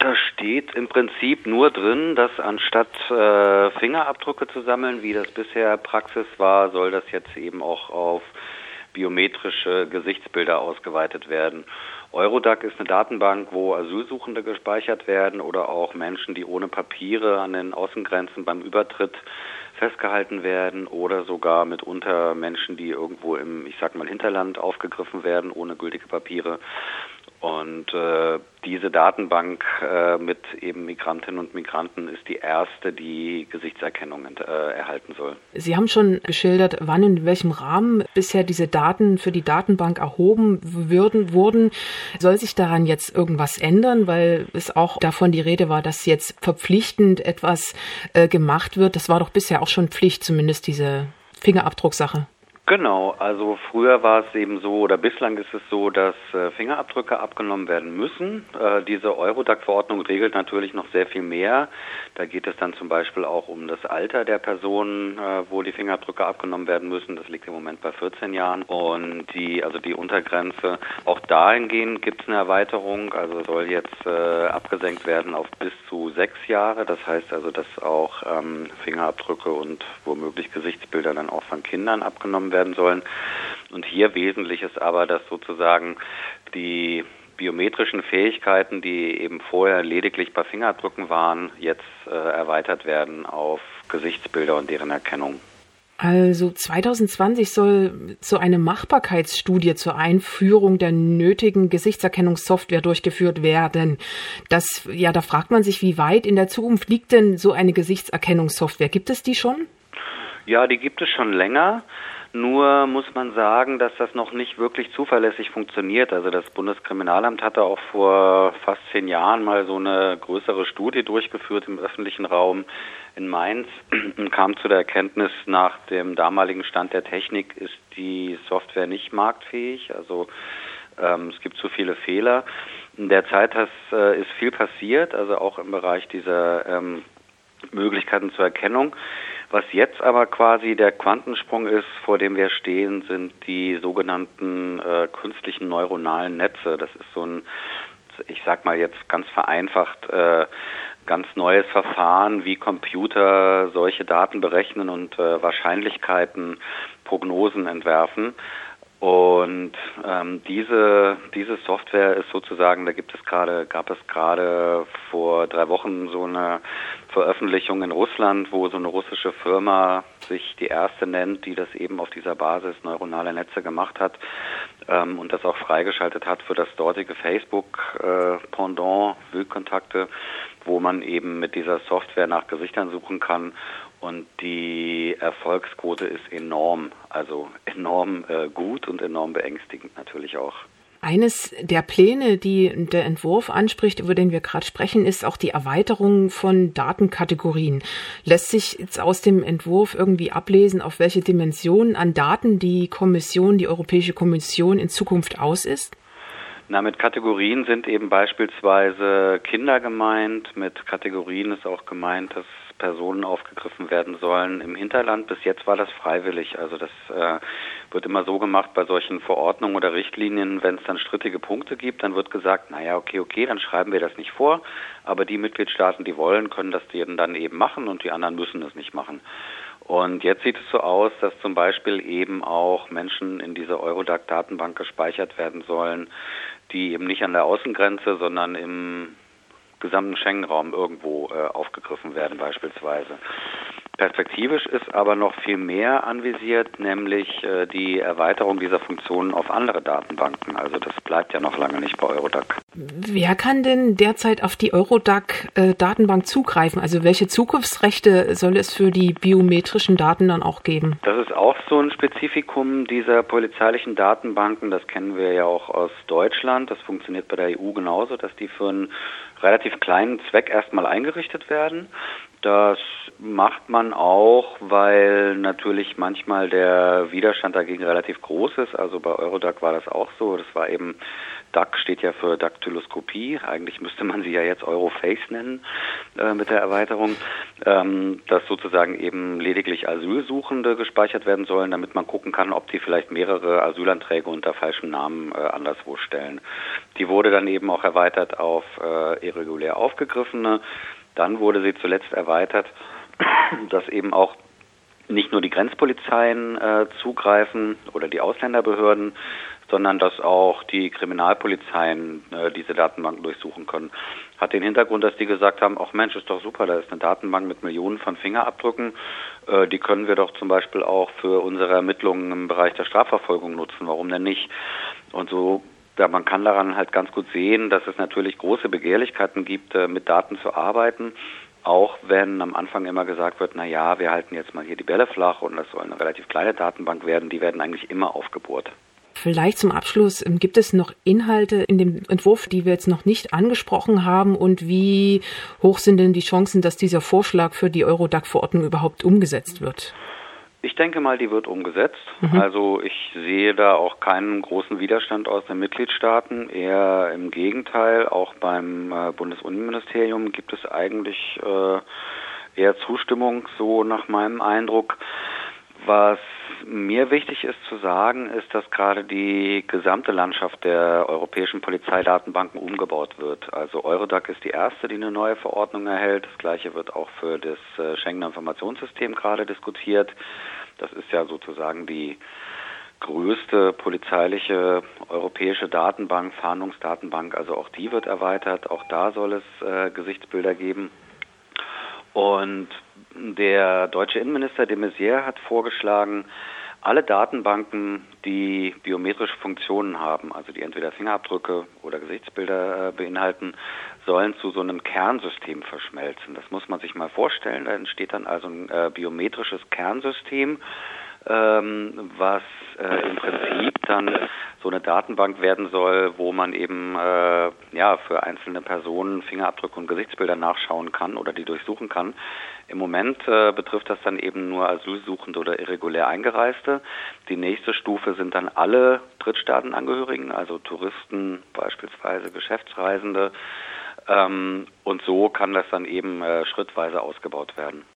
Da steht im Prinzip nur drin, dass anstatt Fingerabdrücke zu sammeln, wie das bisher Praxis war, soll das jetzt eben auch auf biometrische Gesichtsbilder ausgeweitet werden. Eurodac ist eine Datenbank, wo Asylsuchende gespeichert werden oder auch Menschen, die ohne Papiere an den Außengrenzen beim Übertritt festgehalten werden oder sogar mitunter Menschen, die irgendwo im, Hinterland aufgegriffen werden, ohne gültige Papiere. Und diese Datenbank mit eben Migrantinnen und Migranten ist die erste, die Gesichtserkennung erhalten soll. Sie haben schon geschildert, wann und in welchem Rahmen bisher diese Daten für die Datenbank erhoben wurden. Soll sich daran jetzt irgendwas ändern, weil es auch davon die Rede war, dass jetzt verpflichtend etwas gemacht wird? Das war doch bisher auch schon Pflicht, zumindest diese Fingerabdrucksache. Genau, also früher war es eben so, oder bislang ist es so, dass Fingerabdrücke abgenommen werden müssen. Diese Eurodac-Verordnung regelt natürlich noch sehr viel mehr. Da geht es dann zum Beispiel auch um das Alter der Personen, wo die Fingerabdrücke abgenommen werden müssen. Das liegt im Moment bei 14 Jahren. Und die Untergrenze, auch dahingehend gibt es eine Erweiterung, also soll jetzt abgesenkt werden auf bis zu 6 Jahre. Das heißt also, dass auch Fingerabdrücke und womöglich Gesichtsbilder dann auch von Kindern abgenommen werden sollen. Und hier wesentlich ist aber, dass sozusagen die biometrischen Fähigkeiten, die eben vorher lediglich bei Fingerabdrücken waren, jetzt erweitert werden auf Gesichtsbilder und deren Erkennung. Also 2020 soll so eine Machbarkeitsstudie zur Einführung der nötigen Gesichtserkennungssoftware durchgeführt werden. Da fragt man sich, wie weit in der Zukunft liegt denn so eine Gesichtserkennungssoftware? Gibt es die schon? Ja, die gibt es schon länger. Nur muss man sagen, dass das noch nicht wirklich zuverlässig funktioniert. Also das Bundeskriminalamt hatte auch vor fast 10 Jahren mal so eine größere Studie durchgeführt im öffentlichen Raum in Mainz und kam zu der Erkenntnis, nach dem damaligen Stand der Technik ist die Software nicht marktfähig. Also es gibt zu viele Fehler. In der Zeit ist viel passiert, also auch im Bereich dieser Möglichkeiten zur Erkennung. Was jetzt aber quasi der Quantensprung ist, vor dem wir stehen, sind die sogenannten künstlichen neuronalen Netze. Das ist so ein, ich sag mal jetzt ganz vereinfacht, ganz neues Verfahren, wie Computer solche Daten berechnen und Wahrscheinlichkeiten, Prognosen entwerfen. Und diese Software ist sozusagen, gab es gerade vor 3 Wochen so eine Veröffentlichung in Russland, wo so eine russische Firma sich die erste nennt, die das eben auf dieser Basis neuronale Netze gemacht hat und das auch freigeschaltet hat für das dortige Facebook-Pendant, Wildkontakte, wo man eben mit dieser Software nach Gesichtern suchen kann. Und die Erfolgsquote ist enorm, also enorm gut und enorm beängstigend natürlich auch. Eines der Pläne, die der Entwurf anspricht, über den wir gerade sprechen, ist auch die Erweiterung von Datenkategorien. Lässt sich jetzt aus dem Entwurf irgendwie ablesen, auf welche Dimensionen an Daten die Europäische Kommission in Zukunft aus ist? Mit Kategorien sind eben beispielsweise Kinder gemeint. Mit Kategorien ist auch gemeint, dass Personen aufgegriffen werden sollen im Hinterland. Bis jetzt war das freiwillig. Also das wird immer so gemacht bei solchen Verordnungen oder Richtlinien, wenn es dann strittige Punkte gibt, dann wird gesagt, okay, dann schreiben wir das nicht vor. Aber die Mitgliedstaaten, die wollen, können das dann eben machen und die anderen müssen es nicht machen. Und jetzt sieht es so aus, dass zum Beispiel eben auch Menschen in dieser Eurodac-Datenbank gespeichert werden sollen, die eben nicht an der Außengrenze, sondern im gesamten Schengen-Raum irgendwo aufgegriffen werden beispielsweise. Perspektivisch ist aber noch viel mehr anvisiert, nämlich die Erweiterung dieser Funktionen auf andere Datenbanken. Also das bleibt ja noch lange nicht bei Eurodac. Wer kann denn derzeit auf die Eurodac-Datenbank zugreifen? Also welche Zukunftsrechte soll es für die biometrischen Daten dann auch geben? Das ist auch so ein Spezifikum dieser polizeilichen Datenbanken. Das kennen wir ja auch aus Deutschland. Das funktioniert bei der EU genauso, dass die für einen relativ kleinen Zweck erstmal eingerichtet werden. Das macht man auch, weil natürlich manchmal der Widerstand dagegen relativ groß ist. Also bei Eurodac war das auch so. Das war eben, DAC steht ja für Daktyloskopie. Eigentlich müsste man sie ja jetzt Euroface nennen mit der Erweiterung, dass sozusagen eben lediglich Asylsuchende gespeichert werden sollen, damit man gucken kann, ob die vielleicht mehrere Asylanträge unter falschem Namen anderswo stellen. Die wurde dann eben auch erweitert auf irregulär Aufgegriffene. Dann wurde sie zuletzt erweitert, dass eben auch nicht nur die Grenzpolizeien zugreifen oder die Ausländerbehörden, sondern dass auch die Kriminalpolizeien diese Datenbanken durchsuchen können. Hat den Hintergrund, dass die gesagt haben, ach Mensch, ist doch super, da ist eine Datenbank mit Millionen von Fingerabdrücken, die können wir doch zum Beispiel auch für unsere Ermittlungen im Bereich der Strafverfolgung nutzen, warum denn nicht? Und so, ja, man kann daran halt ganz gut sehen, dass es natürlich große Begehrlichkeiten gibt, mit Daten zu arbeiten, auch wenn am Anfang immer gesagt wird, na ja, wir halten jetzt mal hier die Bälle flach und das soll eine relativ kleine Datenbank werden, die werden eigentlich immer aufgebohrt. Vielleicht zum Abschluss, gibt es noch Inhalte in dem Entwurf, die wir jetzt noch nicht angesprochen haben, und wie hoch sind denn die Chancen, dass dieser Vorschlag für die Eurodac-Verordnung überhaupt umgesetzt wird? Ich denke mal, die wird umgesetzt. Also ich sehe da auch keinen großen Widerstand aus den Mitgliedstaaten. Eher im Gegenteil, auch beim Bundesinnenministerium gibt es eigentlich eher Zustimmung, so nach meinem Eindruck. Was mir wichtig ist zu sagen, ist, dass gerade die gesamte Landschaft der europäischen Polizeidatenbanken umgebaut wird. Also Eurodac ist die erste, die eine neue Verordnung erhält. Das Gleiche wird auch für das Schengener Informationssystem gerade diskutiert. Das ist ja sozusagen die größte polizeiliche europäische Datenbank, Fahndungsdatenbank. Also auch die wird erweitert. Auch da soll es Gesichtsbilder geben. Und der deutsche Innenminister de Maizière hat vorgeschlagen, alle Datenbanken, die biometrische Funktionen haben, also die entweder Fingerabdrücke oder Gesichtsbilder beinhalten, sollen zu so einem Kernsystem verschmelzen. Das muss man sich mal vorstellen. Da entsteht dann also ein biometrisches Kernsystem, was im Prinzip dann so eine Datenbank werden soll, wo man eben für einzelne Personen Fingerabdrücke und Gesichtsbilder nachschauen kann oder die durchsuchen kann. Im Moment betrifft das dann eben nur Asylsuchende oder irregulär Eingereiste. Die nächste Stufe sind dann alle Drittstaatenangehörigen, also Touristen, beispielsweise Geschäftsreisende. Und so kann das dann eben schrittweise ausgebaut werden.